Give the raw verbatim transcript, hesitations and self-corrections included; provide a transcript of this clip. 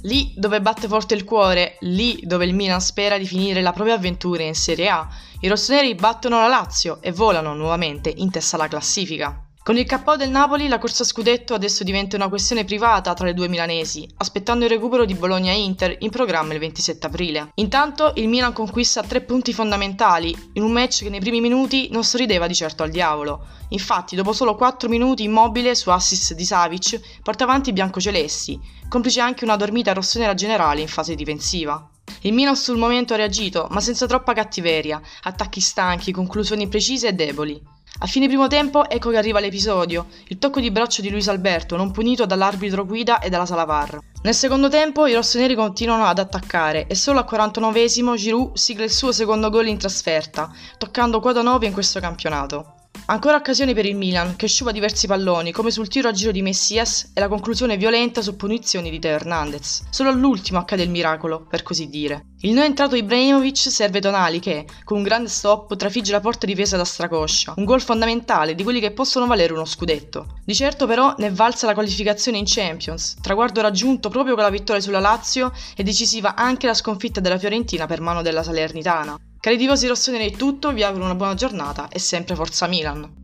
Lì dove batte forte il cuore, lì dove il Milan spera di finire la propria avventura in Serie A, i rossoneri battono la Lazio e volano nuovamente in testa alla classifica. Con il K O del Napoli la corsa a scudetto adesso diventa una questione privata tra le due milanesi, aspettando il recupero di Bologna-Inter in programma il ventisette aprile. Intanto il Milan conquista tre punti fondamentali in un match che nei primi minuti non sorrideva di certo al diavolo. Infatti dopo solo quattro minuti Immobile su assist di Savic porta avanti i biancocelesti, complice anche una dormita rossonera generale in fase difensiva. Il Milan sul momento ha reagito, ma senza troppa cattiveria, attacchi stanchi, conclusioni precise e deboli. A fine primo tempo ecco che arriva l'episodio, il tocco di braccio di Luis Alberto non punito dall'arbitro guida e dalla sala V A R. Nel secondo tempo i rossoneri continuano ad attaccare e solo al quarantanovesimo Giroud sigla il suo secondo gol in trasferta, toccando quota nove in questo campionato. Ancora occasioni per il Milan, che sciupa diversi palloni, come sul tiro a giro di Messias e la conclusione violenta su punizioni di Teo Hernandez. Solo all'ultimo accade il miracolo, per così dire. Il non entrato Ibrahimovic serve Tonali che, con un grande stop, trafigge la porta difesa da stracoscia. Un gol fondamentale, di quelli che possono valere uno scudetto. Di certo però ne è valsa la qualificazione in Champions, traguardo raggiunto proprio con la vittoria sulla Lazio e decisiva anche la sconfitta della Fiorentina per mano della Salernitana. Cari tifosi rossoneri è tutto, vi auguro una buona giornata e sempre Forza Milan!